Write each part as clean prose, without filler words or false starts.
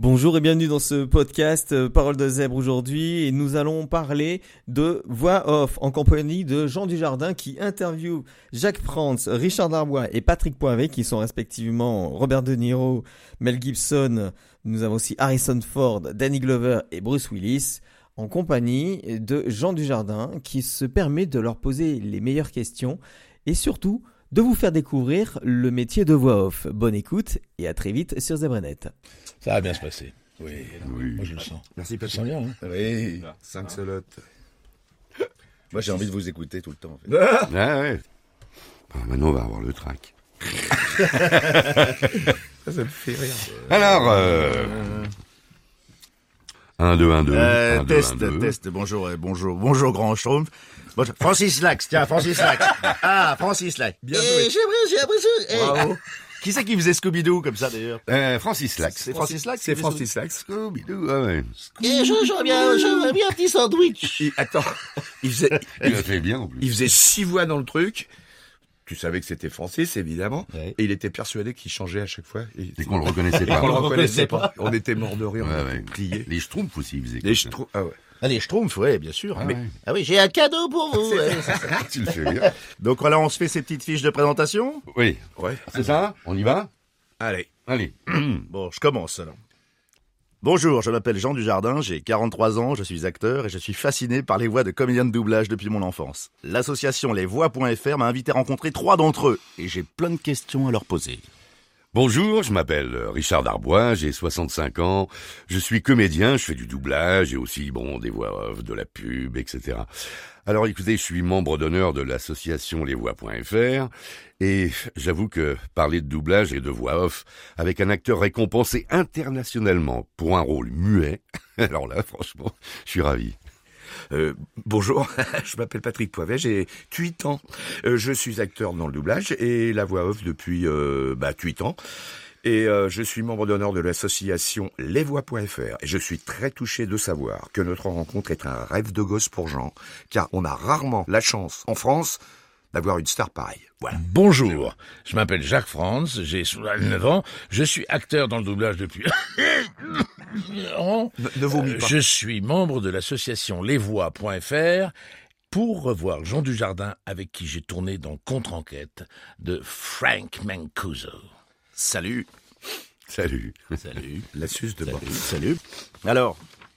Bonjour et bienvenue dans ce podcast Parole de Zèbre aujourd'hui et nous allons parler de voix off en compagnie de Jean Dujardin qui interviewe Jacques Frantz, Richard Darbois et Patrick Poivet qui sont respectivement Robert De Niro, Mel Gibson, nous avons aussi Harrison Ford, Danny Glover et Bruce Willis en compagnie de Jean Dujardin qui se permet de leur poser les meilleures questions et surtout de vous faire découvrir le métier de voix off. Bonne écoute et à très vite sur Zebrenet. Ça va bien se passer. Oui. Moi je le sens. Merci Tu le sens bien, hein? Oui, 5 solottes. Moi j'ai envie de vous écouter tout le temps. En fait. Ah ouais. Bon, maintenant on va avoir le trac. Ça me fait rire. Alors, 1, 2, 1, 2. Test. Bonjour Grand Schtroumpf. Bonjour. Francis Lax, tiens, Francis Lax. Ah, Francis Lax. Bien joué. J'ai apprécié. Bravo. Qui c'est qui faisait Scooby-Doo comme ça d'ailleurs? Francis Lax. C'est Francis Lax? C'est Francis Lax. Scooby-Doo, ah ouais. J'aurais bien un petit sandwich. Attends, Il a fait bien en plus. il faisait 6 voix dans le truc. Tu savais que c'était Francis, évidemment. Ouais. Et il était persuadé qu'il changeait à chaque fois. Et qu'on le reconnaissait Et pas. qu'on le reconnaissait pas. On était morts de rire, Ouais, on ouais. était pliés. Les Schtroumpfs aussi, ils faisaient. Les Schtroumpfs, ah ouais. Allez, Schtroumpf, ouais, bien sûr. Ah, Mais- ouais. Ah oui, j'ai un cadeau pour vous. Tu le fais bien. Donc voilà, on se fait ces petites fiches de présentation. Oui. Ouais. C'est ça? On y va? Allez. Allez. Bon, je commence alors. Bonjour, je m'appelle Jean Dujardin, j'ai 43 ans, je suis acteur et je suis fasciné par les voix de comédiens de doublage depuis mon enfance. L'association lesvoix.fr m'a invité à rencontrer 3 d'entre eux et j'ai plein de questions à leur poser. Bonjour, je m'appelle Richard Darbois, j'ai 65 ans, je suis comédien, je fais du doublage et aussi, des voix off, de la pub, etc. Alors écoutez, je suis membre d'honneur de l'association lesvoix.fr et j'avoue que parler de doublage et de voix off avec un acteur récompensé internationalement pour un rôle muet, alors là, franchement, je suis ravi. Bonjour, je m'appelle Patrick Poivet, j'ai 8 ans. Je suis acteur dans le doublage et la voix off depuis 8 ans. Et je suis membre d'honneur de l'association lesvoix.fr. Et je suis très touché de savoir que notre rencontre est un rêve de gosse pour Jean, car on a rarement la chance, en France, d'avoir une star pareille. Voilà. Bonjour, je m'appelle Jacques Frantz, j'ai 69 ans, je suis acteur dans le doublage depuis... Ne vomis pas. Je suis membre de l'association lesvoix.fr pour revoir Jean Dujardin avec qui j'ai tourné dans Contre-enquête de Frank Mancuso. Salut. Salut. Salut. La suce de bord. Salut. Alors.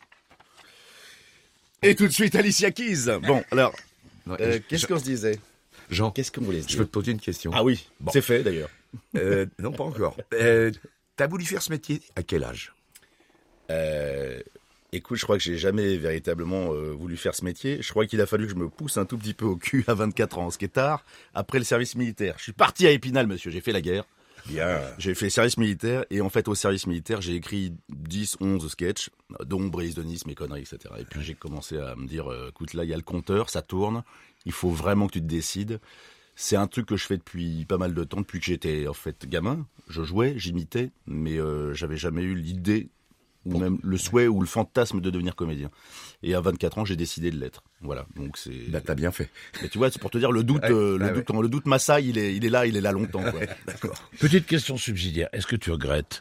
Et tout de suite, Alicia Keys. Bon, alors, qu'est-ce qu'on se disait? Jean, Qu'est-ce qu'on voulait se je dire? peux te poser une question. Ah oui, Bon. c'est fait d'ailleurs. Non, pas encore. T'as voulu faire ce métier à quel âge? Écoute, je crois que j'ai jamais véritablement voulu faire ce métier. Je crois qu'il a fallu que je me pousse un tout petit peu au cul à 24 ans, ce qui est tard, après le service militaire. Je suis parti à Épinal, monsieur, j'ai fait la guerre. Bien. J'ai fait service militaire, et en fait, au service militaire, j'ai écrit 10, 11 sketchs, dont Brise de Nice, mes conneries, etc. Et puis j'ai commencé à me dire, écoute, là, il y a le compteur, ça tourne, il faut vraiment que tu te décides. C'est un truc que je fais depuis pas mal de temps, depuis que j'étais, en fait, gamin. Je jouais, j'imitais, mais j'avais jamais eu l'idée, ou même le souhait ou le fantasme de devenir comédien. Et à 24 ans, j'ai décidé de l'être. Voilà, donc c'est... Bah, t'as bien fait. Mais tu vois, c'est pour te dire, le doute, le doute Maasai, il est là longtemps, quoi. D'accord. Petite question subsidiaire, est-ce que tu regrettes?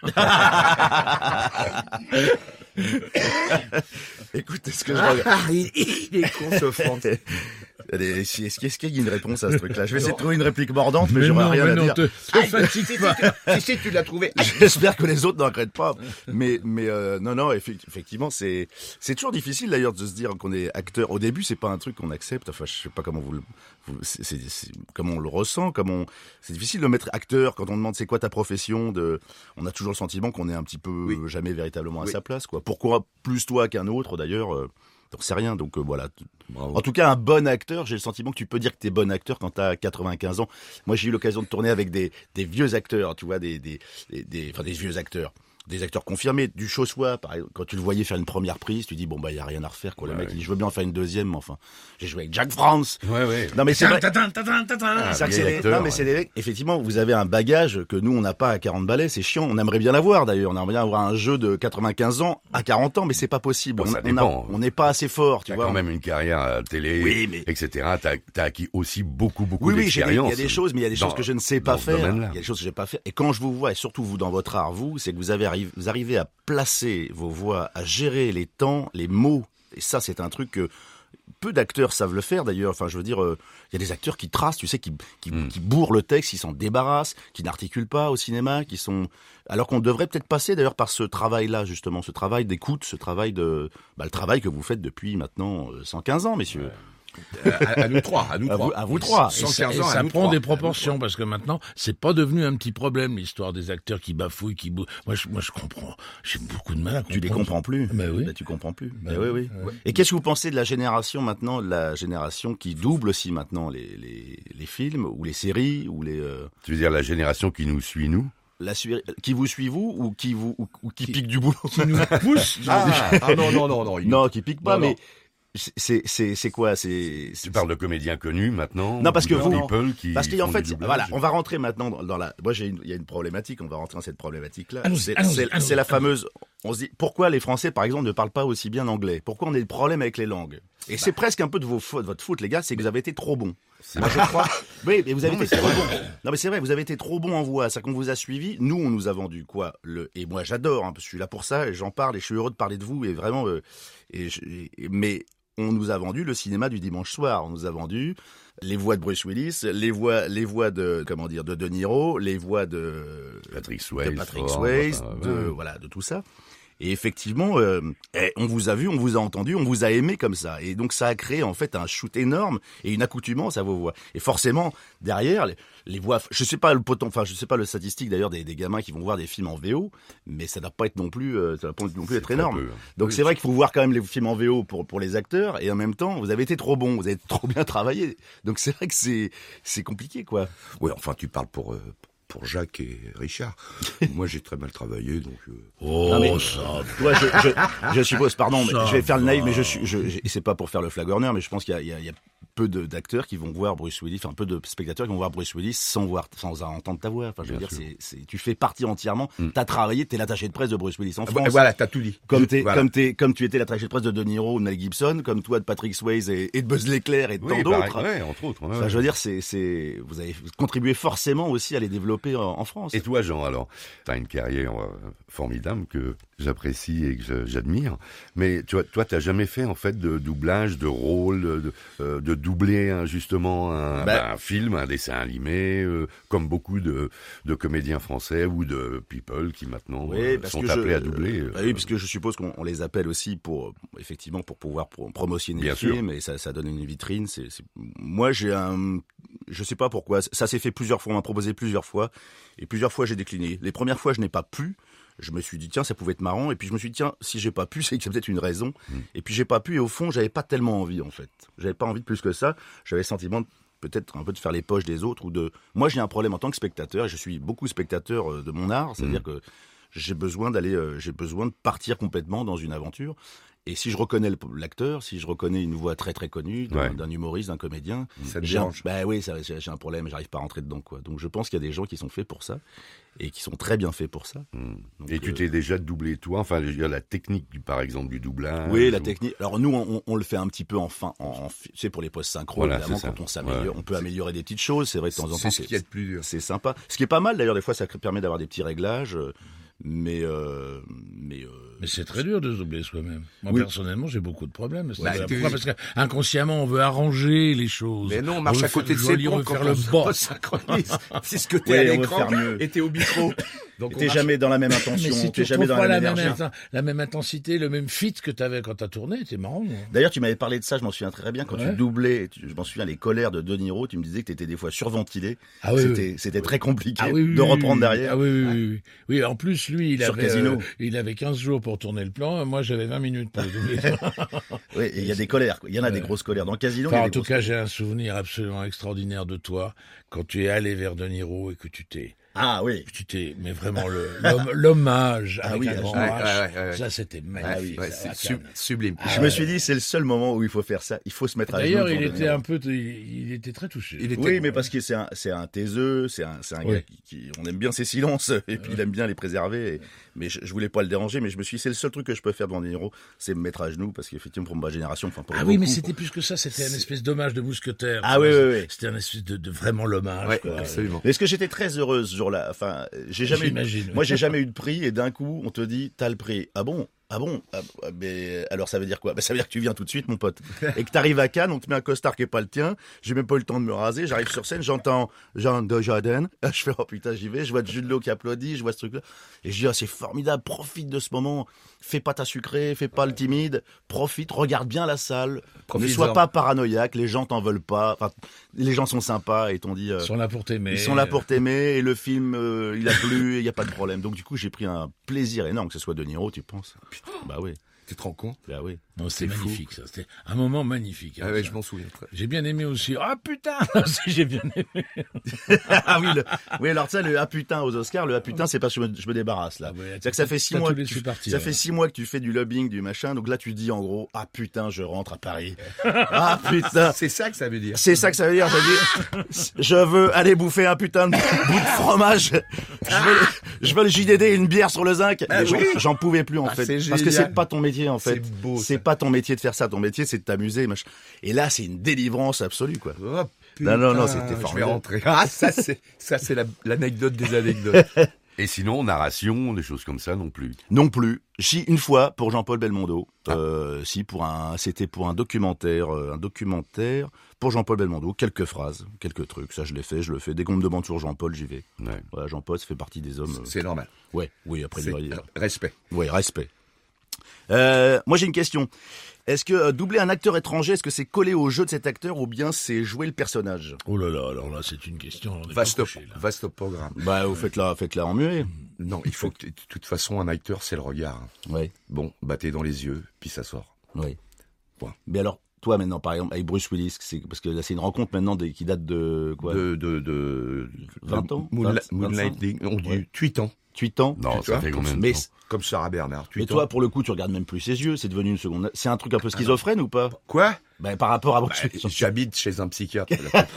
Écoute, est-ce que je regarde... Il est con ce Franck. Allez, est-ce qu'il y a une réponse à ce truc-là? Je vais essayer de trouver une réplique mordante, mais j'aurais rien à dire. te fatigue pas. Si, tu l'as trouvé. J'espère que les autres n'en regrettent pas. Mais non, effectivement, c'est toujours difficile d'ailleurs de se dire qu'on est acteur. Au début, c'est pas un truc qu'on accepte. Enfin, je sais pas comment comment on le ressent, c'est difficile de mettre acteur quand on demande c'est quoi ta profession. On a toujours le sentiment qu'on est un petit peu jamais véritablement à sa place, quoi. Pourquoi plus toi qu'un autre d'ailleurs? T'en sais rien, donc voilà. Bravo. En tout cas, un bon acteur, j'ai le sentiment que tu peux dire que t'es bon acteur quand t'as 95 ans. Moi, j'ai eu l'occasion de tourner avec des vieux acteurs, tu vois, des vieux acteurs. Des acteurs confirmés, du Chaussois, par exemple. Quand tu le voyais faire une première prise, tu dis, bon, bah, y a rien à refaire, quoi. Le mec, il dit, je veux bien en faire une deuxième, mais enfin. J'ai joué avec Jacques Frantz. Ouais. Non, mais c'est vrai. Ah, C'est vieil acteur, mais c'est des mecs, effectivement, vous avez un bagage que nous, on n'a pas à 40 balais, c'est chiant. On aimerait bien l'avoir, d'ailleurs. On aimerait bien avoir un jeu de 95 ans à 40 ans, mais c'est pas possible. Bon, ça dépend. On n'est pas assez fort, tu T'as vois. quand même une carrière à télé, Oui, mais- etc. T'as acquis aussi beaucoup Oui, il y d'expérience. a des choses, mais il y a des choses que je ne sais pas dans ce faire. domaine-là. Il y a des choses que je ne sais pas faire. Et quand je vous vois, et surtout vous dans votre art, c'est que vous avez vous arrivez à placer vos voix, à gérer les temps, les mots. Et ça, c'est un truc que peu d'acteurs savent le faire d'ailleurs. Enfin, je veux dire, il y a des acteurs qui tracent, tu sais, qui bourrent le texte, qui s'en débarrassent, qui n'articulent pas au cinéma, alors qu'on devrait peut-être passer d'ailleurs par ce travail-là, justement, ce travail d'écoute, ce travail le travail que vous faites depuis maintenant 115 ans, messieurs. Ouais. À nous trois. À vous trois. 115 ans, ça nous prend trois. des proportions parce que maintenant, c'est pas devenu un petit problème l'histoire des acteurs qui bafouillent, Moi, je comprends. J'ai beaucoup de mal à comprendre. Tu les comprends plus. Mais oui. Bah, tu comprends plus. Bah Mais oui. Ouais. Et qu'est-ce que vous pensez de la génération maintenant, la génération qui double aussi maintenant les films ou les séries ou les Tu veux dire la génération qui nous suit, nous? qui vous suit vous ou qui pique du boulot? Qui nous pousse. Non. Non, qui pique pas, Non, mais c'est quoi? Tu parles de comédiens connus maintenant? Non, parce que ou de vous, people qui parce qu'en font fait, du doublage? voilà, on va rentrer maintenant dans la. Moi, il y a une problématique. On va rentrer dans cette problématique-là. Allons-y. C'est la fameuse. On se dit pourquoi les Français, par exemple, ne parlent pas aussi bien anglais? Pourquoi on a des problèmes avec les langues? Et c'est presque un peu de votre faute, les gars, c'est que vous avez été trop bons. Moi, je crois. Oui, mais vous avez été trop bons. Non, mais c'est vrai, vous avez été trop bons en voix. C'est qu'on vous a suivi. Nous, on nous a vendu quoi? Et moi, j'adore, parce que je suis là pour ça, et j'en parle, et je suis heureux de parler de vous, et vraiment. Mais on nous a vendu le cinéma du dimanche soir. On nous a vendu les voix de Bruce Willis, les voix de De Niro, les voix de Patrick Swayze, de tout ça. Et effectivement, on vous a vu, on vous a entendu, on vous a aimé comme ça. Et donc ça a créé en fait un shoot énorme et une accoutumance à vos voix. Et forcément, derrière, les voix, je sais pas le statistique d'ailleurs des gamins qui vont voir des films en VO, mais ça va pas être non plus être énorme. Peu. Donc c'est vrai qu'il faut voir quand même les films en VO pour les acteurs, et en même temps, vous avez été trop bons, vous avez trop bien travaillé. Donc c'est vrai que c'est compliqué, quoi. Ouais, enfin, tu parles pour Jacques et Richard. Moi, j'ai très mal travaillé, donc. Non, mais, ça. Toi, je suppose, pardon, mais Ça je vais faire le naïf, va. mais et c'est pas pour faire le flagorneur, mais je pense qu'il y a peu d'acteurs qui vont voir Bruce Willis, enfin peu de spectateurs qui vont voir Bruce Willis sans entendre ta voix. Enfin, je veux dire, tu fais partie entièrement. T'as travaillé, t'es l'attaché de presse de Bruce Willis en France. Voilà, t'as tout dit. Comme tu étais l'attaché de presse de Niro ou de Mel Gibson, comme toi de Patrick Swayze et de Buzz l'éclair et de tant d'autres. Ouais, entre autres. Ouais. Enfin, je veux dire, vous avez contribué forcément aussi à les développer en France. Et toi, Jean, alors, t'as une carrière formidable que j'apprécie et que j'admire, mais toi, t'as jamais fait en fait de doublage, de rôle, de doubler justement un film, un dessin animé, comme beaucoup de comédiens français ou de people qui maintenant sont appelés à doubler. Oui, parce que je suppose qu'on les appelle aussi pour pouvoir promotionner les films, et ça donne une vitrine. Moi, je sais pas pourquoi, ça s'est fait plusieurs fois, on m'a proposé plusieurs fois, et plusieurs fois j'ai décliné. Les premières fois, je n'ai pas pu. Je me suis dit, tiens, ça pouvait être marrant. Et puis je me suis dit, tiens, si j'ai pas pu, c'est qu'il y a peut-être une raison. Et puis j'ai pas pu, et au fond, j'avais pas tellement envie, en fait. J'avais pas envie de plus que ça. J'avais le sentiment peut-être un peu de faire les poches des autres, moi, j'ai un problème en tant que spectateur, et je suis beaucoup spectateur de mon art. C'est-à-dire que j'ai besoin de partir complètement dans une aventure. Et si je reconnais l'acteur, si je reconnais une voix très très connue d'un humoriste, d'un comédien, ça te dérange. J'ai un problème, j'arrive pas à rentrer dedans, quoi. Donc je pense qu'il y a des gens qui sont faits pour ça et qui sont très bien faits pour ça. Donc, et tu t'es déjà doublé toi, enfin la technique par exemple du doublage. Oui, la technique. Alors nous on le fait un petit peu c'est pour les postes synchro, évidemment, quand on s'améliore, on peut améliorer des petites choses, c'est vrai de temps en temps. C'est ce qui est le plus dur. C'est sympa. Ce qui est pas mal d'ailleurs, des fois ça permet d'avoir des petits réglages. Mais c'est très dur de se doubler soi-même. Moi, personnellement, j'ai beaucoup de problèmes. Pourquoi parce qu'inconsciemment, on veut arranger les choses. Mais non, on marche à côté de ses ponts quand on se synchronise. C'est ce que t'es à l'écran et t'es au micro. Donc t'es jamais dans la même intention, mais si t'es tu jamais dans pas la même énergie. la même intensité, le même fit que t'avais quand t'as tourné, c'est marrant. D'ailleurs, tu m'avais parlé de ça, je m'en souviens très bien, quand tu doublais, je m'en souviens, les colères de De Niro, tu me disais que t'étais des fois surventilé. Ah oui, c'était très compliqué de reprendre derrière. Ah oui. Oui, en plus, lui, il avait 15 jours pour tourner le plan, moi j'avais 20 minutes pour le doubler. Oui, et il y a des colères, il y en a des grosses colères. Dans Casino, en tout cas, j'ai un souvenir absolument extraordinaire de toi, quand tu es allé vers De Niro et que tu t'es... Ah oui. Mais vraiment l'hommage avec un grand H. Ça, c'était magnifique. C'est sublime. Je me suis dit, c'est le seul moment où il faut faire ça. Il faut se mettre à genoux. D'ailleurs, il était très touché. Oui, mais parce que c'est un taiseux, c'est un gars qui, on aime bien ses silences, et puis il aime bien les préserver. Mais je voulais pas le déranger, mais je me suis dit, c'est le seul truc que je peux faire devant De Niro, c'est me mettre à genoux, parce qu'effectivement, pour ma génération, enfin, pour beaucoup. Oui, mais c'était plus que ça, c'était un espèce d'hommage de mousquetaire. Ah oui. C'était un espèce de vraiment l'hommage. Absolument. Est-ce que j'étais très heureuse, sur la, enfin, j'ai jamais eu de prix et d'un coup, on te dit, t'as le prix. Ah bon? Mais alors ça veut dire quoi? Ça veut dire que tu viens tout de suite, mon pote. Et que t'arrives à Cannes, on te met un costard qui est pas le tien. J'ai même pas eu le temps de me raser. J'arrive sur scène, j'entends Jean Dujardin. Je fais, oh putain, j'y vais. Je vois Jude Law qui applaudit, je vois ce truc-là. Et je dis, c'est formidable. Profite de ce moment. Fais pas ta sucrée, fais pas le timide. Profite, regarde bien la salle. Ne sois pas paranoïaque. Les gens t'en veulent pas. Enfin, les gens sont sympas et t'ont dit. Ils sont là pour t'aimer. Ils sont là pour t'aimer. Et le film, il a plu. Il y a pas de problème. Donc du coup, j'ai pris un plaisir énorme que ce soit De Niro, tu penses? Bah oui. Tu te rends compte? Bah oui. Non, c'était magnifique, ça. C'était un moment magnifique. Ah ouais, je m'en souviens. J'ai bien aimé aussi. Ah putain, j'ai bien aimé. Ah oui, oui, alors ça, le ah putain aux Oscars, le ah putain, c'est parce que je me débarrasse là. Ah ouais, c'est-à-dire que ça fait 6 mois. Ça fait 6 mois que tu fais du lobbying, du machin. Donc là, tu dis en gros, ah putain, je rentre à Paris. Ah putain. C'est ça que ça veut dire. C'est ça que ça veut dire. Je veux aller bouffer un putain de bout de fromage. Je veux le JDD et une bière sur le zinc. Ah, oui. J'en pouvais plus en fait, parce que c'est pas ton métier en fait. C'est beau. C'est pas ton métier de faire ça. Ton métier, c'est de t'amuser. Machin. Et là, c'est une délivrance absolue, quoi. Oh, putain, non, c'était formidable. Je vais rentrer. Ah, ça c'est l'anecdote des anecdotes. Et sinon, narration, des choses comme ça non plus. Non plus. Si, une fois, pour Jean-Paul Belmondo. C'était pour un documentaire pour Jean-Paul Belmondo. Quelques phrases, quelques trucs. Ça, je le fais. Dès qu'on me demande sur Jean-Paul, j'y vais. Ouais. Voilà, Jean-Paul, ça fait partie des hommes. C'est normal. Ouais, oui, après respect. Oui, respect. Moi, j'ai une question. Est-ce que doubler un acteur étranger, est-ce que c'est coller au jeu de cet acteur ou bien c'est jouer le personnage? Oh là là, alors là, c'est une question. Vaste programme. Bah, vous faites-la en muet. Non, il faut que, de toute façon, un acteur, c'est le regard. Oui. Bon, battez dans les yeux, puis ça sort. Oui. Point. Mais alors, toi, maintenant, par exemple, avec Bruce Willis, parce que là, c'est une rencontre maintenant qui date de quoi? De 20 ans? Moonlighting, on dit 8 ans. 8 ans? Non, ça fait combien de mais temps? Comme Sarah Bernard. Mais toi, pour le coup, tu regardes même plus ses yeux, c'est devenu une seconde. C'est un truc un peu schizophrène ou pas? Quoi? Ben, par rapport à Bruce Willis. J'habite chez un psychiatre.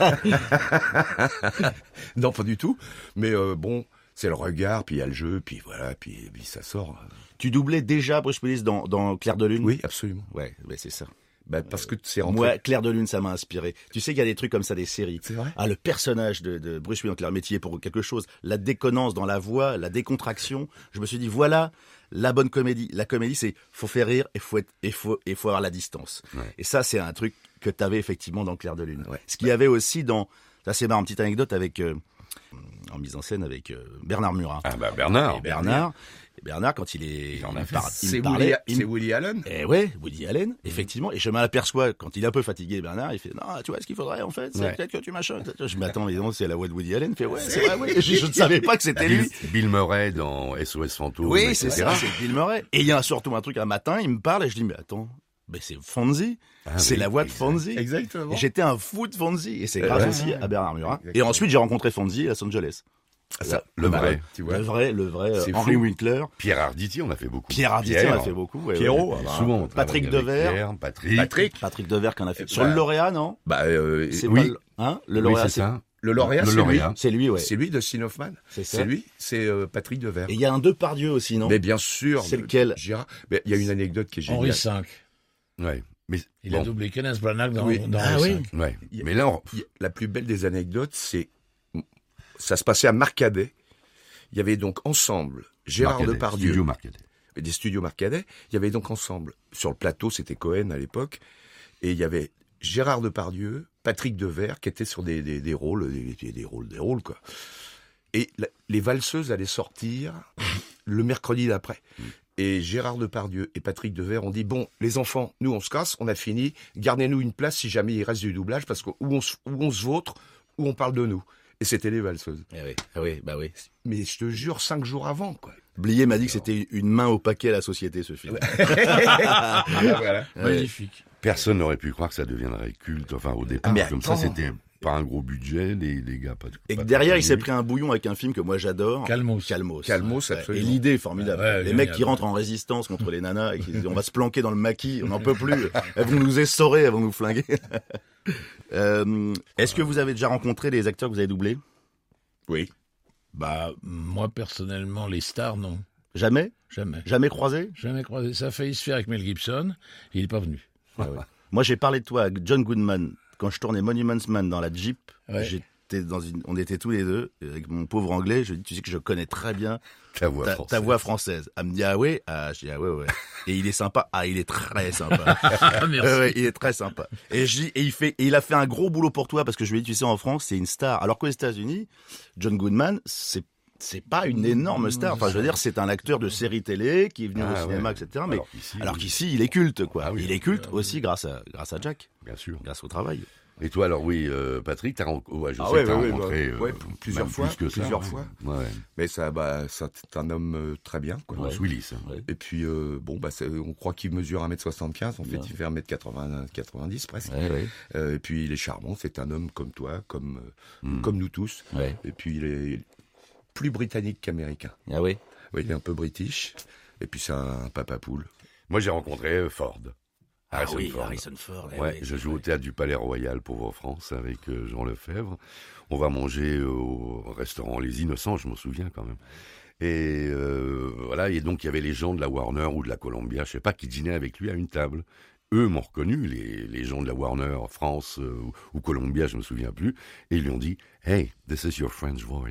Non, pas du tout. Mais bon, c'est le regard, puis il y a le jeu, puis voilà, puis ça sort. Tu doublais déjà Bruce Willis dans Clair de Lune? Oui, absolument. Ouais, c'est ça. Parce que c'est rentré. Moi, Clair de Lune, ça m'a inspiré. Tu sais qu'il y a des trucs comme ça, des séries. C'est vrai. Ah, le personnage de Bruce Willis dans Clair Métier pour quelque chose, la déconnance dans la voix, la décontraction. Je me suis dit, voilà la bonne comédie. La comédie, c'est faut faire rire et faut avoir la distance. Ouais. Et ça, c'est un truc que tu avais effectivement dans Clair de Lune. Ouais. Ce qu'il y avait aussi dans, ça c'est marrant, petite anecdote avec en mise en scène avec Bernard Murat. Ah bah Bernard. Et Bernard, quand il est, Il en a fait. C'est Woody Allen. Eh ouais, Woody Allen, effectivement. Et je m'aperçois, quand il est un peu fatigué, Bernard, il fait, non, tu vois, ce qu'il faudrait, en fait, c'est Ouais. peut-être que tu machin. Je m'attends, mais non, c'est la voix de Woody Allen. Il fait, ouais, c'est vrai, oui. Je ne savais pas que c'était lui. Bill Murray dans SOS Fantôme. Oui, c'est etc. ça, c'est Bill Murray. Et il y a surtout un truc, un matin, il me parle et je dis, mais attends, c'est Fonzie. Ah C'est oui, la voix de exact. Fonzie. Exactement. Et j'étais un fou de Fonzie. Et c'est grâce Ouais. aussi à Bernard Murat. Exactement. Et ensuite, j'ai rencontré Fonzie à Los Angeles. Ça, Le vrai. Tu vois. Le vrai C'est Henry fou. Winkler. Pierre Arditi, on a fait beaucoup. Pierre Arditi, on a fait beaucoup. Ouais, Pierrot, ouais. ah bah, Souvent. on Patrick travaille avec Devers. Pierre, Patrick. Patrick Devers qu'on a fait. Bah, Sur le lauréat, non? C'est oui. pas le, hein? Le Oui, lauréat, c'est ça. le lauréat, Le c'est lauréat. lui. C'est lui, ouais. C'est lui de Hoffman. C'est ça. C'est lui. C'est Patrick Devers. Et il y a un Depardieu aussi, non? Mais bien sûr. C'est lequel? Gérard. Mais il y a une anecdote qui est géniale. Henri V. Ouais. Mais Il a bon, doublé Kenneth Branagh dans, Oui. dans Ah Henri oui. V. ouais. Il y a- Mais là, La plus belle des anecdotes, c'est ça se passait à Marcadet. Il y avait donc ensemble Gérard Marcadet, Depardieu, Studio Marcadet. des studios Marcadet. Il y avait donc ensemble sur le plateau, c'était Cohen à l'époque, et il y avait Gérard Depardieu, Patrick Devers qui étaient sur des rôles, des rôles quoi. Et les valseuses allaient sortir le mercredi d'après. Et Gérard Depardieu et Patrick Devers ont dit, bon, les enfants, nous on se casse, on a fini, gardez-nous une place si jamais il reste du doublage, parce que où on se vautre, où on parle de nous. Et c'était les valseuses. Bah oui. Mais je te jure, 5 jours avant, quoi. Blier m'a dit que c'était une main au paquet à la société, ce film. Voilà. Magnifique. Personne n'aurait pu croire que ça deviendrait culte. Enfin, au départ, Mais comme ça, attends. c'était pas un gros budget, les gars. Et que derrière, il s'est pris un bouillon avec un film que moi j'adore. Calmos. Calmos, Ouais. absolument. Et l'idée est formidable. Ouais, les génial. mecs qui rentrent en résistance contre les nanas et qui disent on va se planquer dans le maquis, on n'en peut plus. Elles vont nous essorer, elles vont nous flinguer. Est-ce que vous avez déjà rencontré des acteurs que vous avez doublés? Oui. Bah, moi, personnellement, les stars, non. Jamais? Jamais. Jamais croisé? Jamais croisé. Ça a failli se faire avec Mel Gibson. Il n'est pas venu. Moi j'ai parlé de toi à John Goodman quand je tournais Monuments Man dans la Jeep. Ouais. J'étais on était tous les deux, avec mon pauvre anglais, je dis, tu sais que je connais très bien Ta voix française. Elle me dit, ah ouais? Je dis, ah ouais. Et il est sympa? Ah, il est très sympa. Merci. Ouais, il est très sympa. Et je dis, il a fait un gros boulot pour toi, parce que je lui ai dit, tu sais, en France, c'est une star. Alors qu'aux États-Unis, John Goodman, c'est pas une énorme star. Enfin, je veux dire, c'est un acteur de série télé qui est venu au cinéma, etc. Mais alors qu'ici, il est culte, quoi. Ah oui, il est culte aussi grâce à Jack. Bien sûr. Grâce au travail. Et toi, alors oui, Patrick, t'as rencontré plusieurs fois. Plusieurs fois. Ouais. Mais c'est un homme très bien, quoi. Bruce Willis. Ouais. Et puis, on croit qu'il mesure 1m75, en fait, il fait 1m90 presque. Ouais. Et puis, il est charmant, c'est un homme comme toi, comme nous tous. Ouais. Et puis, il est plus britannique qu'américain. Ah oui. Oui, il est un peu british. Et puis, c'est un papa poule. Moi, j'ai rencontré Ford. Harrison Ford. Ouais, je joue au Théâtre du Palais Royal Pauvre-France avec Jean Lefebvre. On va manger au restaurant Les Innocents, je m'en souviens quand même. Et voilà, et donc il y avait les gens de la Warner ou de la Columbia, je sais pas, qui dînaient avec lui à une table. Eux m'ont reconnu, les gens de la Warner France ou Columbia, je me souviens plus, et ils lui ont dit « Hey, this is your French voice ».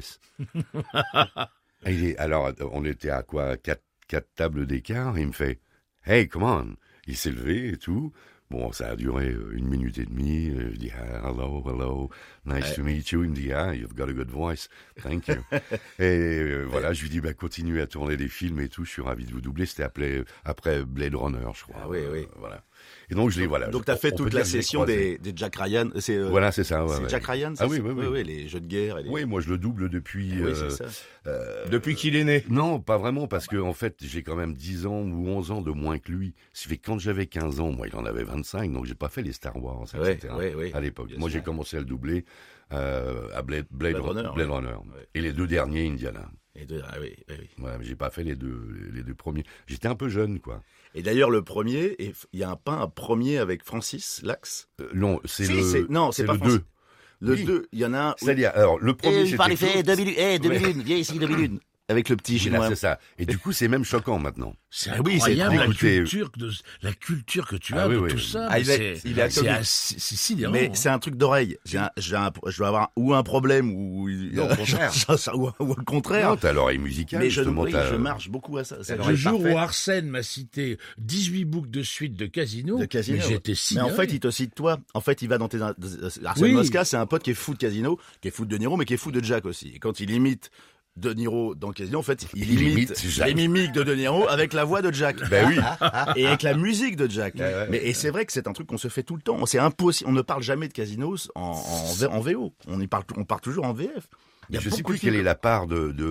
Alors, on était à quoi, quatre tables d'écart, et il me fait « Hey, come on ». Il s'est levé et tout. Bon, ça a duré 1 minute et demie. Il dit hello, nice to meet you. Il me dit you've got a good voice, thank you. Et voilà, je lui dis continuez à tourner des films et tout. Je suis ravi de vous doubler. C'était après Blade Runner, je crois. Ah oui. Voilà. Et donc Donc t'as fait toute la session des Jack Ryan. Voilà, c'est ça. C'est Jack Ryan. Ah oui. Les jeux de guerre. Oui, moi je le double depuis. C'est ça. Depuis qu'il est né. Non, pas vraiment, parce que en fait, j'ai quand même 10 ans ou 11 ans de moins que lui. Ce qui fait que quand j'avais 15 ans, moi, il en avait 25, donc j'ai pas fait les Star Wars, etc. Oui, à l'époque. bien Moi, sûr. j'ai commencé à le doubler à Blade Runner. Ouais. Et les 2 derniers, Indiana. Oui. Ouais, mais j'ai pas fait les deux premiers. J'étais un peu jeune, quoi. Et d'ailleurs, le premier, il y a un premier avec Francis Lax. Non, c'est c'est pas le Francis. 2. Le Oui. 2, il y en a un. C'est-à-dire, alors, le premier, c'était parlez Claude. 2001, viens ici, 2001. Avec le petit Et là, chinois. c'est ça. Et du coup, c'est même choquant maintenant. C'est Oui, c'est incroyable la écoutez, culture que tu Ah as oui, de oui. tout ça. Ah, mais il est atomique. c'est sidérant. Mais c'est un truc d'oreille. Je dois avoir ou un problème ou Non, au contraire. ou le contraire. Non, t'as l'oreille musicale. Mais je je marche beaucoup à ça. C'est Le l'oreille jour parfaite. où Arsène m'a cité 18 boucles de suite de Casino, De Casino, mais ouais. j'étais Mais sidéré. en fait, il te cite toi. En fait, il va dans tes Arsène Oui. Mosca, c'est un pote qui est fou de Casino, qui est fou de Niro, mais qui est fou de Jack aussi. Et quand il imite De Niro dans Casino, en fait, il imite Jack. les mimiques de Niro avec la voix de Jack. Ben oui. Et avec la musique de Jack. Ouais. Et c'est vrai que c'est un truc qu'on se fait tout le temps. C'est impossible. On ne parle jamais de Casino en VO. On parle toujours en VF. Il y a Je sais beaucoup plus de films. quelle est la part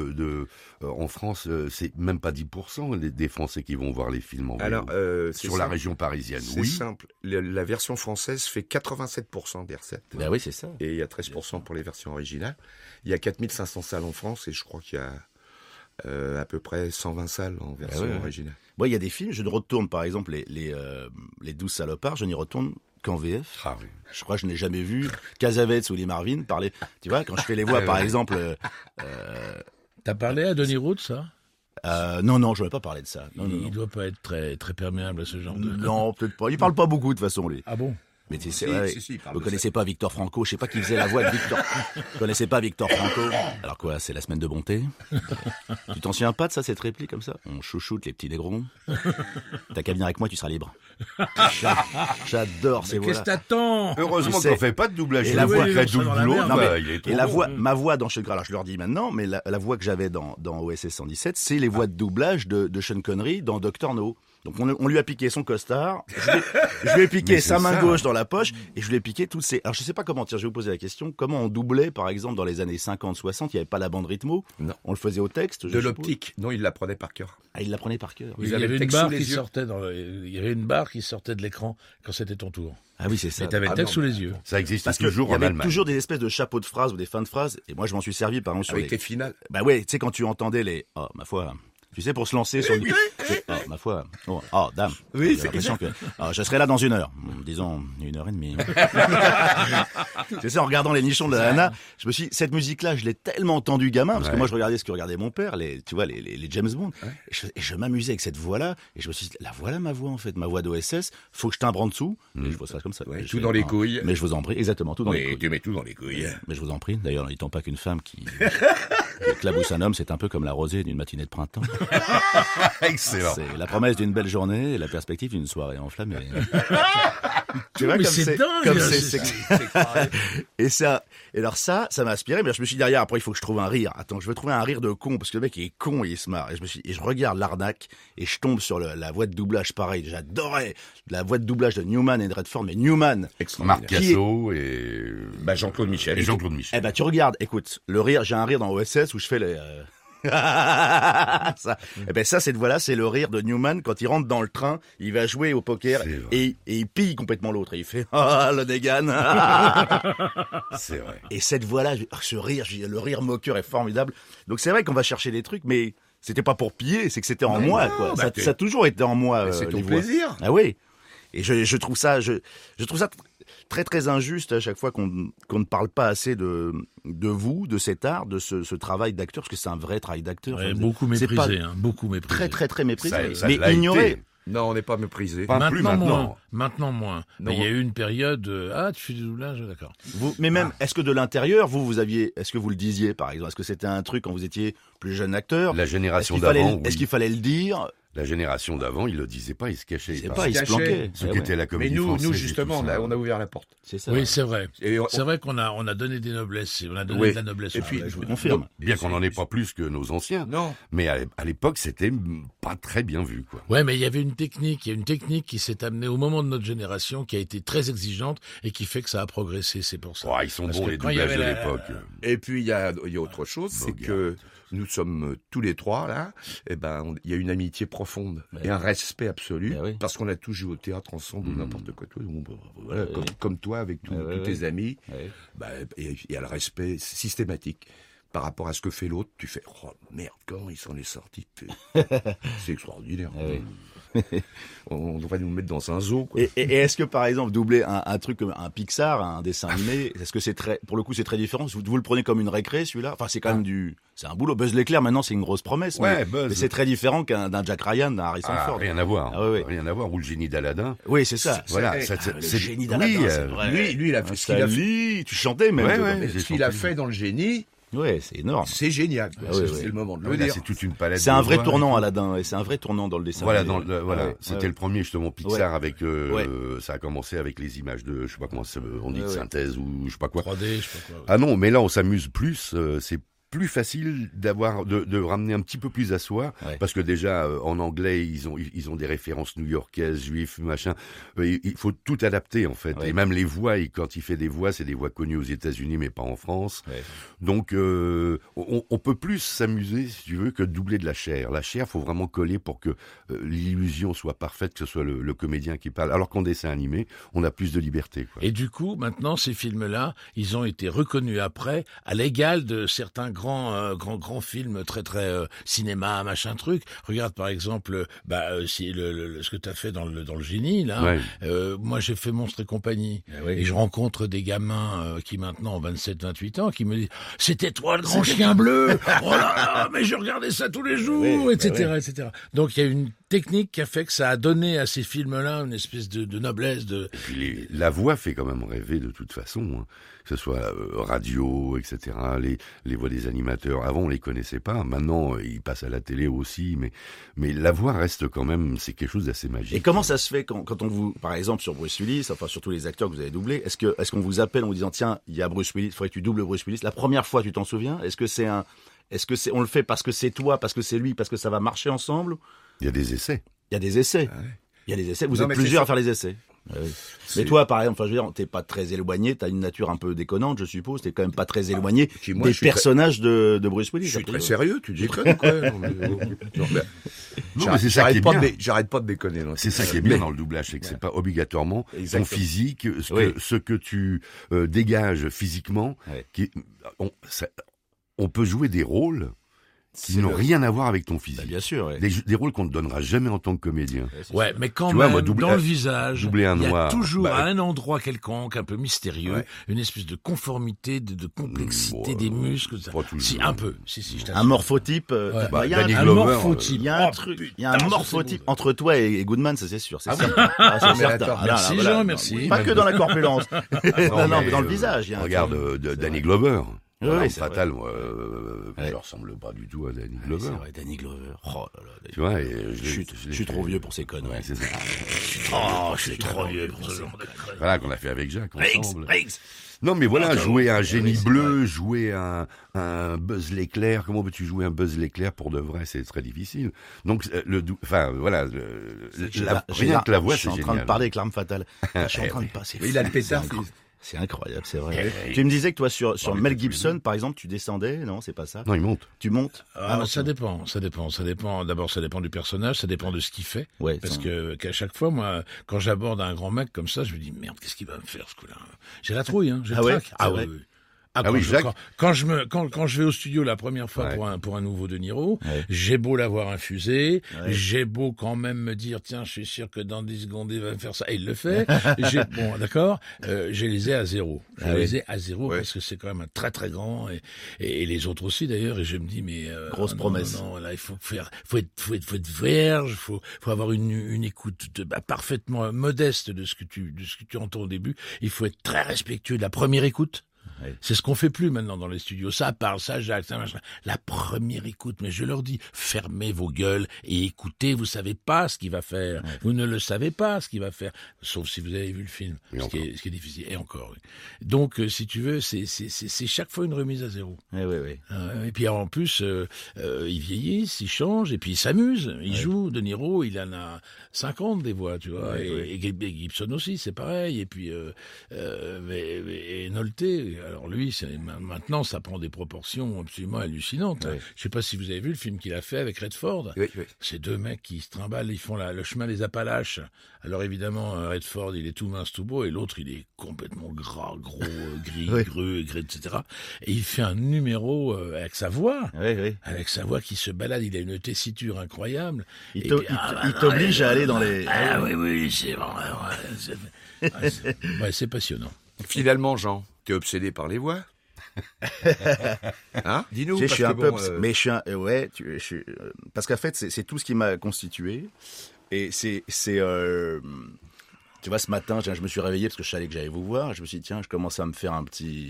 en France, c'est même pas 10% des Français qui vont voir les films en VO. Alors, sur la région parisienne. C'est Oui. simple. La version française fait 87% des recettes. Ben oui, c'est ça. Et il y a 13% pour les versions originales. Il y a 4500 salles en France et je crois qu'il y a à peu près 120 salles en version originale. Moi, il y a des films, je ne retourne par exemple les 12 salopards, je n'y retourne qu'en VF. Ah oui. Je crois que je n'ai jamais vu Cassavetes ou les Marvin parler. Tu vois, quand je fais les voix, par exemple. T'as parlé à De Niro de ça? Non, je ne vais pas parler de ça. Non. Il doit pas être très, très perméable à ce genre de... Non, peut-être pas. Il parle pas beaucoup de toute façon, lui. Ah bon? Mais tu sais, Si, il parle vous de connaissez pas Victor Franco, je sais pas qui faisait la voix de Victor. Vous connaissez pas Victor Franco? Alors quoi, c'est la semaine de bonté? Tu t'en souviens pas de ça, cette réplique comme ça? On chouchoute les petits négrons. T'as qu'à venir avec moi, tu seras libre. J'adore ces voix-là. Qu'est-ce que t'attends? Heureusement Tu sais. qu'on fait pas de doublage. Et la voix- fait ils sont double dans la boulot. merde. Non, bah, mais- il est trop Et la bon. voix, ma voix dans Sean Connery, alors je leur dis maintenant, mais la voix que j'avais dans OSS 117, c'est les voix de doublage de Sean Connery dans Dr. No. Donc on lui a piqué son costard, je lui ai piqué Mais sa c'est main ça. gauche dans la poche, et je lui ai piqué toutes ses... Alors je sais pas comment, tiens, je vais vous poser la question, comment on doublait, par exemple, dans les années 50, 60, il n'y avait pas la bande rythmo, Non. on le faisait au texte, je De suppose. l'optique. Non, il l'apprenait par cœur. Ah, il l'apprenait par cœur. Oui, Vous il y avez avait le une texte barre sous les qui yeux. sortait il y avait une barre qui sortait de l'écran quand c'était ton tour. Ah oui, c'est ça. Et t'avais le texte sous les yeux. Ça existe Parce que toujours il y en avait Allemagne. toujours des espèces de chapeaux de phrases ou des fins de phrases, et moi je m'en suis servi par exemple sur Avec les... tes finales. Bah ouais, tu sais, quand tu entendais les... Oh, ma foi, tu sais, pour se lancer sur... Oh, ma fois. Oh, dame. Oui, j'ai l'impression que je serai là dans 1 heure. Disons 1h30. Tu sais, en regardant les nichons de la nana, je me suis dit, cette musique-là, je l'ai tellement entendue gamin, parce que moi, je regardais ce que regardait mon père, les James Bond. Et je m'amusais avec cette voix-là, et je me suis dit, la voilà ma voix, en fait, ma voix d'OSS. Faut que je timbre en dessous. Et je vois ça comme ça. Ouais, tout dans les couilles. Mais je vous en prie, exactement, tout dans les couilles. Tu mets tout dans les couilles. Mais je vous en prie. D'ailleurs, ne dit-on pas qu'une femme qui éclabousse un homme, c'est un peu comme la rosée d'une matinée de printemps. Excellent. C'est la promesse d'une belle journée et la perspective d'une soirée enflammée. Tu vois, Mais comme c'est dingue, comme c'est et alors ça m'a inspiré, mais je me suis dit derrière, après il faut que je trouve un rire. Attends, je veux trouver un rire de con, parce que le mec il est con et il se marre. Et je regarde l'arnaque, et je tombe sur la voix de doublage pareil. J'adorais la voix de doublage de Newman et de Redford, mais Newman. Marc Cassot et Jean-Claude Michel. et Jean-Claude Michel. Eh ben, tu regardes, écoute, le rire, j'ai un rire dans OSS où je fais les, ça. Eh ben, ça, cette voix-là, c'est le rire de Newman quand il rentre dans le train, il va jouer au poker et il pille complètement l'autre et il fait, le dégane. C'est vrai. Et cette voix-là, ce rire, le rire moqueur est formidable. Donc c'est vrai qu'on va chercher des trucs, mais c'était pas pour piller, c'est que c'était en moi, quoi. Ça a toujours été en moi, c'est ton les voix. plaisir. Ah oui. Et je trouve ça, très très injuste à chaque fois qu'on ne parle pas assez de vous, de cet art, de ce travail d'acteur, parce que c'est un vrai travail d'acteur. Ouais, beaucoup méprisé, beaucoup méprisé. Très très très méprisé, Ça mais l'a ignoré. été. Non, on n'est pas méprisé. Pas plus maintenant. Maintenant moins. Mais il y a eu une période, tu fais du doublage, d'accord. Mais même, est-ce que de l'intérieur, est-ce que vous le disiez, par exemple? Est-ce que c'était un truc quand vous étiez plus jeune acteur? La génération Est-ce qu'il fallait, d'avant, oui. est-ce qu'il fallait le dire? La génération d'avant, il le disait pas, il se cachait. C'est pas, il se planquait. Ce qui était la Mais comédie nous française et justement, tout ça. on a ouvert la porte. C'est ça. Oui, c'est vrai. Et C'est vrai qu'on a donné des noblesses, on a donné de la noblesse. Et puis, Je vous confirme. Bien qu'on n'en ait pas plus que nos anciens. Non. Mais à l'époque, c'était pas très bien vu, quoi. Ouais, mais il y avait une technique qui s'est amenée au moment de notre génération, qui a été très exigeante et qui fait que ça a progressé, c'est pour ça. Oh, ils sont Parce bons, que les quand il y doublages de avait l'époque. Et puis il y a autre chose, c'est que nous sommes tous les trois là. Et ben, il y a une amitié profonde et un respect absolu parce qu'on a tous joué au théâtre ensemble ou n'importe quoi. Voilà, comme toi avec tous tes amis. Bah, et il y a le respect systématique. Par rapport à ce que fait l'autre, tu fais oh merde, comment il s'en est sorti. C'est extraordinaire. On devrait nous mettre dans un zoo, quoi. Et est-ce que par exemple doubler un truc comme un Pixar, un dessin animé, est-ce que pour le coup c'est très différent? Vous le prenez comme une récré celui-là? Enfin c'est quand même c'est un boulot. Buzz l'éclair maintenant c'est une grosse promesse. Ouais, mais c'est très différent d'un Jack Ryan, d'un Harrison Ford. Rien à voir. Ah, oui. Rien à voir. Ou le génie d'Aladin. Oui c'est ça. Voilà. Le génie d'Aladin, c'est vrai. Lui, il a fait ce qu'il a fait. Tu chantais même. Ce qu'il a fait dans le génie. Ouais, c'est énorme. C'est génial. C'est le moment de le dire. C'est toute une palette. C'est un vrai tournant Aladin, et c'est un vrai tournant dans le dessin. Voilà, c'était le premier justement Pixar avec. Ça a commencé avec les images de, je sais pas comment on dit, de synthèse ou je sais pas quoi. 3D, je sais pas quoi. Ah non, mais là on s'amuse plus. C'est plus facile de ramener un petit peu plus à soi, parce que déjà en anglais ils ont des références new-yorkaises, juifs, machin. Il faut tout adapter en fait, et même les voix. Quand il fait des voix, c'est des voix connues aux États-Unis mais pas en France. Donc on peut plus s'amuser, si tu veux, que de doubler de la chair. La chair, faut vraiment coller pour que l'illusion soit parfaite, que ce soit le comédien qui parle. Alors qu'en dessin animé, on a plus de liberté, quoi. Et du coup, maintenant, ces films-là, ils ont été reconnus après à l'égal de certains grands films très cinéma, machin truc. Regarde par exemple, ce que t'as fait dans le génie là. Moi, j'ai fait Monstres et compagnie, et je rencontre des gamins qui maintenant ont 27-28 ans, qui me disent c'était toi le grand chien bleu. Oh là là, mais je regardais ça tous les jours, etc., etc. Donc il y a une technique qui a fait que ça a donné à ces films-là une espèce de noblesse. Et puis la voix fait quand même rêver de toute façon, hein. Que ce soit radio, etc. Les voix des animateurs. Avant, on les connaissait pas. Maintenant, ils passent à la télé aussi. Mais la voix reste quand même, c'est quelque chose d'assez magique. Et comment ça se fait quand on vous, par exemple, sur Bruce Willis, enfin, sur tous les acteurs que vous avez doublés, est-ce qu'on vous appelle en vous disant, tiens, il y a Bruce Willis, il faudrait que tu doubles Bruce Willis? La première fois, tu t'en souviens? Est-ce que on le fait parce que c'est toi, parce que c'est lui, parce que ça va marcher ensemble? Il y a des essais. Il y a des essais. Il y a des essais. Vous êtes plusieurs à faire les essais. Mais toi, par exemple, je veux dire, t'es pas très éloigné, t'as une nature un peu déconnante, je suppose, t'es quand même pas très éloigné des personnages de Bruce Willis. Je suis très sérieux, tu déconnes, quoi. Non, mais c'est ça qui est bien. J'arrête pas de déconner. C'est ça qui est bien dans le doublage, c'est que c'est pas obligatoirement ton physique, ce que tu dégages physiquement. On peut jouer des rôles qui n'ont rien à voir avec ton Bah, physique. bien sûr, ouais. Des rôles qu'on ne donnera jamais en tant que comédien. C'est Ouais, sûr. mais quand Tu vois, même, moi, dans le visage, doubler un il y a noir, toujours bah, à un endroit quelconque, un peu mystérieux, Ouais. une espèce de conformité, de complexité Ouais, des muscles. pas toujours. Si, un peu. Si, je t'assure. Un morphotype. Ouais. Bah, il y a Danny un, Glover, morphotype. il y a un Oh, truc, il y a putain, un ça, morphotype c'est bon, entre toi et Goodman, ça c'est sûr. C'est Ah oui. certain. Ah, c'est mais certain. attends, Ah, là, merci, là, Jean, non, merci. Pas que dans la corpulence. non, mais, mais dans le visage. Il y a un regarde truc. Danny Glover. Oui, L'arme c'est fatale, moi, Ouais. je ressemble pas du tout à Danny Ouais, Glover. c'est vrai, Danny Glover. Oh là là. Tu vois, et Je suis trop vieux pour ces conneries. Ouais, c'est ça. Oh, je suis trop vieux pour ce genre de Voilà qu'on a fait avec Jacques ensemble. Riggs. Non, mais voilà, jouer un génie c'est bleu, jouer un Buzz l'éclair. Comment peux-tu jouer un Buzz l'éclair pour de vrai? C'est très difficile. Donc, voilà, rien que la voix, Je suis c'est en train de génial. parler avec l'arme fatale. Je suis en train de passer. Oui, il a le pétard. C'est incroyable, c'est vrai. Tu me disais que toi, sur Mel Gibson, par exemple, tu descendais, non, c'est pas ça? Non, il monte. Tu montes? Non, ça dépend. D'abord, ça dépend du personnage, ça dépend de ce qu'il fait. Ouais, Parce qu'à chaque fois, moi, quand j'aborde un grand mec comme ça, je me dis, merde, qu'est-ce qu'il va me faire, ce coup-là? J'ai la trouille, hein, j'ai le Ah ouais? trac. Ah ouais? Oui. Jacques. Quand je vais au studio la première fois Ouais. pour un nouveau De Niro, Ouais. j'ai beau l'avoir infusé, Ouais. j'ai beau quand même me dire, tiens, je suis sûr que dans 10 secondes, il va me faire ça. Et il le fait. Bon, d'accord, j'ai les ai à zéro. Parce que c'est quand même un très très grand et les autres aussi d'ailleurs. Et je me dis, mais, Grosse promesse. Non, là, il faut être vierge, faut avoir une écoute parfaitement modeste de ce que tu entends au début. Il faut être très respectueux de la première écoute. Ouais. C'est ce qu'on fait plus maintenant dans les studios. Ça parle, ça Jacques, ça machin. La première écoute, mais je leur dis, fermez vos gueules et écoutez, vous savez pas ce qu'il va faire. Ouais. Vous ne le savez pas ce qu'il va faire. Sauf si vous avez vu le film. Ce qui est difficile. Et encore, oui. Donc, si tu veux, c'est chaque fois une remise à zéro. Oui. Et puis en plus, ils vieillissent, ils changent, et puis ils s'amusent. Ils jouent. De Niro, il en a 50 des voix, tu vois. Et Gibson aussi, c'est pareil. Et puis, et Nolte, alors lui, maintenant, ça prend des proportions absolument hallucinantes. Ouais. Je sais pas si vous avez vu le film qu'il a fait avec Redford. Oui. Ces deux mecs qui se trimballent, ils font le chemin des Appalaches. Alors évidemment, Redford, il est tout mince, tout beau, et l'autre, il est complètement gras, gros, gris, gris, etc. Et il fait un numéro avec sa voix. Oui. Avec sa voix qui se balade, il a une tessiture incroyable. Il t'oblige à aller dans les... Oui, c'est vrai. C'est passionnant. Finalement, Jean, t'es obsédé par les voix? Hein? Dis-nous. Je suis un peu... Mais je suis un... parce qu'en fait, c'est tout ce qui m'a constitué. Et c'est tu vois, ce matin, je me suis réveillé parce que je savais que j'allais vous voir. Je me suis dit, tiens, je commençais à me faire une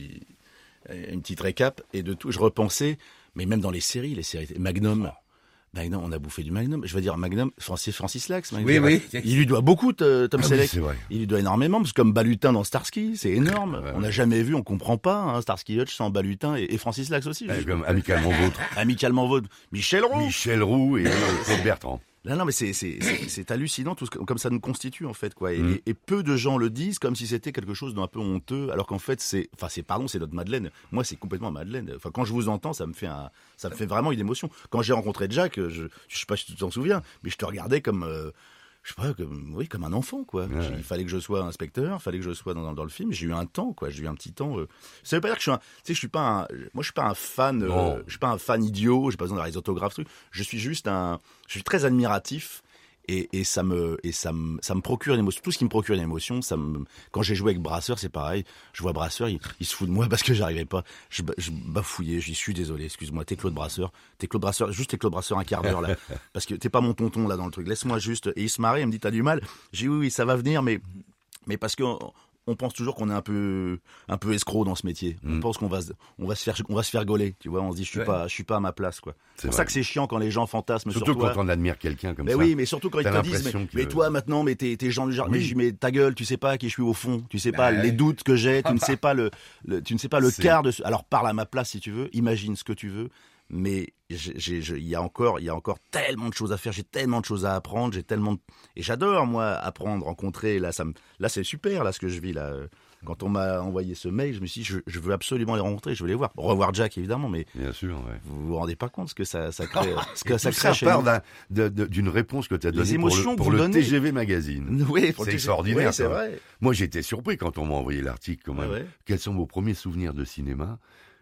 petite récap. Et de tout, je repensais, mais même dans les séries Magnum, on a bouffé du Magnum. Je veux dire, Magnum, c'est Francis Lax. Magnum. Oui. Il lui doit beaucoup, Tom Selleck. Oui, c'est vrai. Il lui doit énormément, parce que comme Balutin dans Starsky, c'est énorme. Ouais. On n'a jamais vu, on comprend pas, Starsky Hutch sans Balutin et Francis Lax aussi. Comme Amicalement Vôtre. Amicalement Vôtre. Michel Roux et Claude Bertrand. Non, mais c'est hallucinant tout comme ça nous constitue en fait quoi. Et peu de gens le disent comme si c'était quelque chose d'un peu honteux, alors qu'en fait c'est notre Madeleine. Moi c'est complètement Madeleine. Enfin quand je vous entends ça me fait vraiment une émotion. Quand j'ai rencontré Jack, je sais pas si tu t'en souviens, mais je te regardais comme comme un enfant quoi. Ouais. Il fallait que je sois inspecteur, il fallait que je sois dans le film. J'ai eu un temps quoi, j'ai eu un petit temps. Ça veut pas dire que je suis pas un fan, je suis pas un fan idiot. J'ai pas besoin d'avoir les autographes trucs. Je suis très admiratif. Et ça me procure une émotion. Tout ce qui me procure une émotion, quand j'ai joué avec Brasseur, c'est pareil. Je vois Brasseur, il se fout de moi parce que j'arrivais pas. Je bafouillais, je suis désolé, excuse-moi, t'es Claude Brasseur, juste t'es Claude Brasseur un quart d'heure là. Parce que t'es pas mon tonton là dans le truc, laisse-moi juste. Et il se marrait, il me dit t'as du mal. J'ai dit oui, ça va venir, mais parce que on pense toujours qu'on est un peu escroc dans ce métier. On pense qu'on va se faire gauler, tu vois. On se dit je suis pas à ma place quoi. C'est pour ça que c'est chiant quand les gens fantasment surtout sur toi. Surtout quand on admire quelqu'un comme ça. Oui, mais surtout quand ils te disent mais toi maintenant, mais t'es Jean Dujardin. Oui. Mais ta gueule, tu sais pas qui je suis au fond, tu sais pas les doutes que j'ai, tu ne sais pas le quart de. Alors parle à ma place si tu veux, imagine ce que tu veux. Mais il y a encore tellement de choses à faire, j'ai tellement de choses à apprendre, et j'adore moi apprendre, rencontrer. Là c'est super là ce que je vis là. Quand on m'a envoyé ce mail, je me suis dit je veux absolument les rencontrer, je veux les voir. Revoir Jack évidemment, mais bien sûr. Ouais. Vous vous rendez pas compte ce que ça crée, ça part d'une réponse que tu as donnée pour le TGV Magazine. Oui, c'est extraordinaire. Oui, c'est vrai. Moi j'ai été surpris quand on m'a envoyé l'article. Quels sont vos premiers souvenirs de cinéma?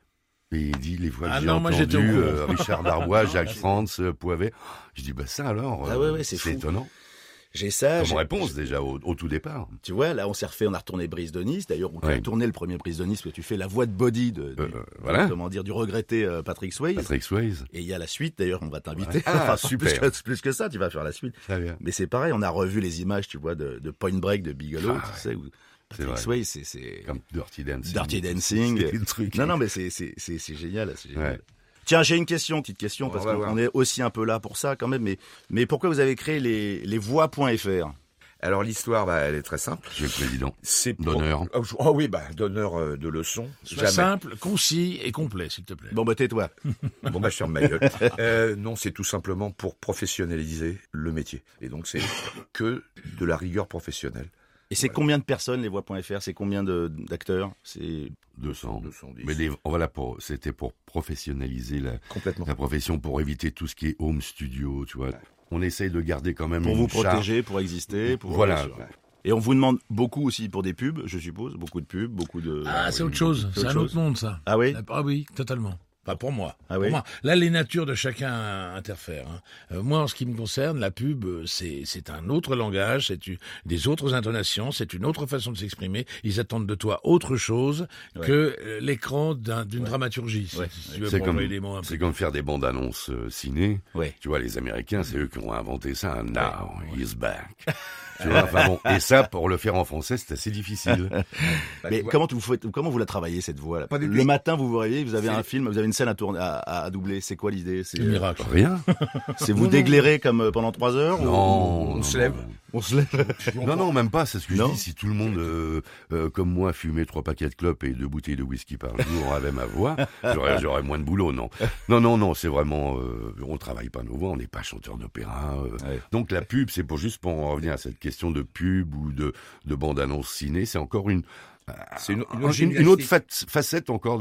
Et il dit les voix que Ah j'ai non, moi, j'étais entendues, au courant. Richard Darbois, Jacques Frantz, Poivet. Je dis, bah ça alors, Ah ouais, c'est fou. étonnant. J'ai ça. Comme réponse déjà au tout départ. Tu vois, là, on a retourné Brise de Nice. D'ailleurs, on a Ouais. tourné le premier Brise de Nice, parce que tu fais la voix de Body Voilà. comment dire, du regretté Patrick Swayze. Patrick Swayze. Et il y a la suite, d'ailleurs, on va t'inviter. Ouais. Ah, Enfin, super. Plus que ça, tu vas faire la suite. Très bien. Mais c'est pareil, on a revu les images, tu vois, de Point Break de Bigelow, Ah, tu sais, où C'est Patrick vrai. Swayze, c'est Comme Dirty Dancing. Dirty Dancing. C'est le truc. Non, mais c'est génial, c'est génial. Ouais. Tiens, j'ai une petite question, parce On va voir. qu'on est aussi un peu là pour ça quand même, mais pourquoi vous avez créé les voix.fr? Alors l'histoire, elle est très simple. Monsieur le Président. C'est pour- Donneur. Oh oui, donneur de leçons. Sois simple, concis et complet, s'il te plaît. Bon, bah tais-toi. Bon, je ferme ma gueule. Non, c'est tout simplement pour professionnaliser le métier. Et donc, c'est que de la rigueur professionnelle. Et c'est combien de personnes, les voix.fr? C'est combien d'acteurs? C'est 200. 210. Mais voilà, c'était pour professionnaliser Complètement. la profession, pour éviter tout ce qui est home studio, tu vois. On essaye de garder quand même pour une vous charge. protéger, pour exister. Voilà. Et on vous demande beaucoup aussi pour des pubs, je suppose. Beaucoup de pubs, beaucoup de... Ah, c'est autre chose. C'est un autre monde, ça. Ah oui? Ah oui, totalement. Enfin, pour moi. Ah Pour oui? moi. Là, les natures de chacun interfèrent. Moi, en ce qui me concerne, la pub, c'est un autre langage, des autres intonations, c'est une autre façon de s'exprimer. Ils attendent de toi autre chose que l'écran d'une dramaturgie. Ouais. Si tu veux C'est pour comme, employer des mots un peu. c'est comme faire des bandes annonces ciné. Ouais. Tu vois, les Américains, c'est eux qui ont inventé ça. Now he's back. Tu vois, enfin bon. Et ça, pour le faire en français, c'est assez difficile. Mais comment vous la travaillez, cette voix là? Pas du Le tout. matin, vous vous réveillez, vous avez un film, vous avez une scène à tourner, à doubler. C'est quoi l'idée? C'est le miracle. Rien. C'est vous déglairez comme pendant 3 heures? Non. On se lève. On se lève. Non, même pas. C'est ce que je Non. dis. Si tout le monde, comme moi, fumait 3 paquets de clopes et 2 bouteilles de whisky par jour avait ma voix, j'aurais moins de boulot, non. Non, c'est vraiment, on travaille pas nos voix, on n'est pas chanteur d'opéra. Ouais. Donc la pub, c'est juste pour en revenir à cette question de pub ou de bande-annonce ciné, c'est encore C'est une autre facette encore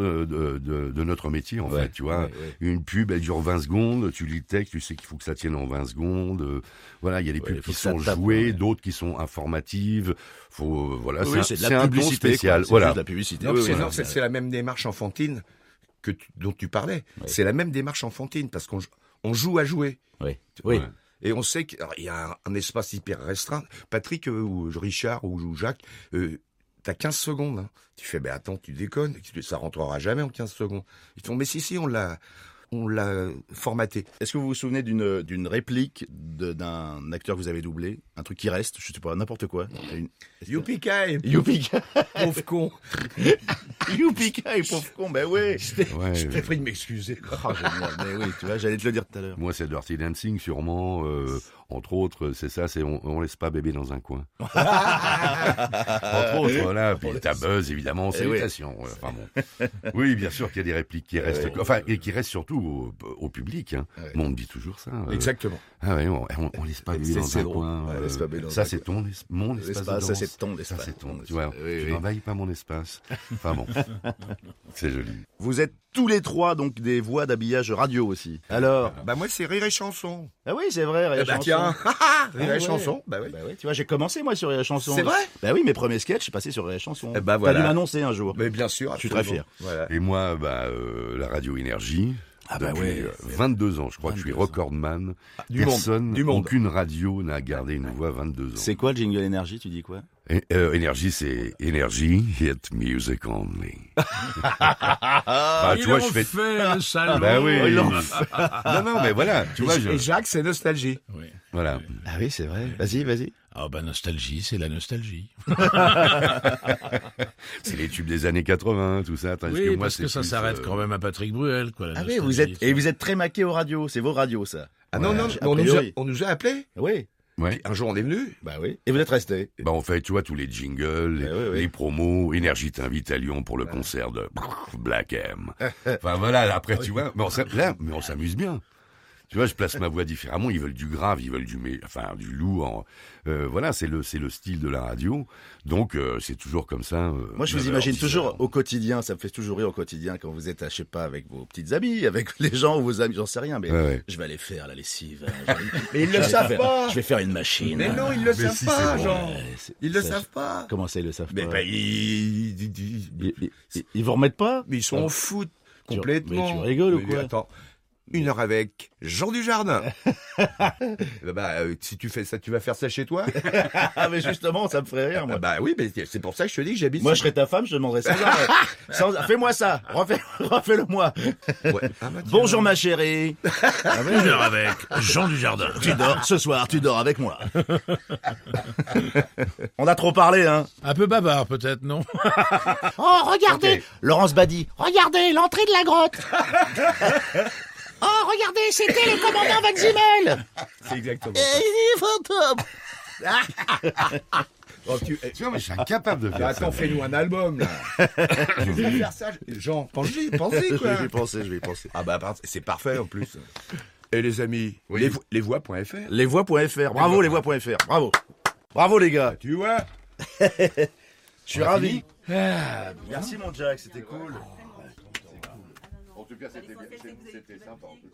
de notre métier, en fait, tu vois. Ouais. Une pub, elle dure 20 secondes, tu lis le texte, tu sais qu'il faut que ça tienne en 20 secondes. Voilà, il y a des pubs il faut qui que ça sont tape, jouées, ouais. d'autres qui sont informatives. Voilà, Oui, c'est c'est de un la ton publicité. spécial. quoi. C'est Voilà. juste de la publicité. Non, Oui, c'est, oui, non, oui. c'est la même démarche enfantine dont tu parlais. Ouais. C'est la même démarche enfantine parce qu'on joue à jouer. Oui. Oui. Ouais. Et on sait qu'il y a un espace hyper restreint. Patrick ou Richard ou Jacques, t'as 15 secondes. Hein. Tu fais, attends, tu déconnes, ça rentrera jamais en 15 secondes. Ils te font, mais si, on l'a formaté. Est-ce que vous vous souvenez d'une réplique d'un acteur que vous avez doublé? Un truc qui reste, je sais pas, n'importe quoi. Youpi-kai, Youpika. pauvre con. Youpika, pauvre con, ben oui. Ouais, J'ai pris de m'excuser. Oh, génial. Mais oui, tu vois, j'allais te le dire tout à l'heure. moi, c'est Dirty Dancing, sûrement. Entre autres, c'est ça, c'est on laisse pas bébé dans un coin. Entre autres, voilà. Puis ta buzz, évidemment, salutations. Enfin bon. Oui, bien sûr qu'il y a des répliques qui restent, enfin, et qui restent surtout au public. Hein. Ouais. Bon, on me dit toujours ça. Exactement. Ah ouais, on laisse pas bébé dans C'est un drôle. coin. Ouais, laisse pas bébé dans ça, un c'est mon espace. L'espace, de ça, danse. c'est ton espace. Ça, c'est ton. Ton Tu vois, espace. Oui, tu oui. n'envahis pas mon espace. Enfin bon. C'est joli. Vous êtes tous les trois donc des voix d'habillage radio aussi. Alors, Moi, c'est Rire et Chanson. ah oui, c'est vrai, Rire et Chanson. Tiens, Rire et ouais. Chanson. Bah oui. Bah oui, tu vois, j'ai commencé moi sur Rire et Chanson. C'est vrai? Bah oui, mes premiers sketchs, j'ai passé sur Rire et Chanson. Eh ben, T'as voilà. dû m'annoncer un jour. Mais bien sûr. Je suis très absolument. fier. Voilà. Et moi, la radio Énergie. Ah bah depuis ouais. 22 ans, je crois que je suis 22 ans. recordman. Du monde, du monde. Aucune radio n'a gardé une voix 22 ans. C'est quoi le jingle énergie, tu dis quoi? Énergie, c'est Énergie, hit music only. Bah, tu vois, je fais... fait le salon. Bah oui. Oh, non. Non, mais voilà, tu vois, Et Jacques, c'est Nostalgie. Oui. voilà. Ah oui, c'est vrai. Vas-y. Ah nostalgie, c'est la nostalgie. C'est les tubes des années 80, tout ça. Tandis Oui, que moi, parce que c'est ça plus, s'arrête quand même à Patrick Bruel, quoi. La Ah oui, nostalgie. vous êtes très maqués aux radios, c'est vos radios ça. Ah non, Ouais, non, a on priori. nous a appelés. Oui. Ouais. Un jour, on est venu. Bah oui. Et vous êtes restés. Bah, on fait, tu vois, tous les jingles, ouais. les promos, Énergie t'invite à Lyon pour le concert de Black M. Enfin, voilà, après, tu vois, mais on s'amuse bien. Tu vois, je place ma voix différemment. Ils veulent du grave, ils veulent du lourd. Voilà, c'est le style de la radio. Donc, c'est toujours comme ça. Moi, je vous 9h, imagine 10h. toujours au quotidien. Ça me fait toujours rire au quotidien quand vous êtes, je sais pas, avec vos petites amies, avec les gens ou vos amis, j'en sais rien. Mais Ouais. je vais aller faire la lessive. Mais ils le savent pas. Je vais faire une machine. Mais non, ils le savent si, pas, c'est bon. Jean. Ouais, Ils le ça, savent pas. Comment ça, ils le savent Mais pas? ils Ils vous remettent pas? mais ils sont en foot. complètement. Mais tu rigoles ou Mais quoi? Attends, 1 heure avec Jean Dujardin. Si tu fais ça, tu vas faire ça chez toi? Ah, mais justement, ça me ferait rire, moi. Bah oui, mais c'est pour ça que je te dis que j'habite. Moi, je serais ta femme, je te demanderais sans arrêt. Fais-moi ça, refais-le moi. Ouais. Ah bah, tiens. Bonjour ma chérie. 1 heure avec Jean Dujardin. Tu dors, ce soir, tu dors avec moi. On a trop parlé, hein. Un peu bavard peut-être, non? Oh, regardez, Ok. Laurence Badi. Regardez, l'entrée de la grotte. Oh, regardez, c'était le commandant Van Zimmel. C'est exactement. Il est fantôme. Oh, Tu vois, mais je suis incapable de faire ça. Attends, fais-nous un album, là. Tu veux faire ça? Jean, pensez, quoi. Je vais y penser. Ah bah, c'est parfait, en plus. Et les amis, Oui. lesvoix.fr. Lesvoix.fr. Bravo, lesvoix.fr. Bravo. Bravo, les gars. Tu vois? Je suis ravi. Merci, mon Jack, c'était cool. En tout cas, c'était sympa.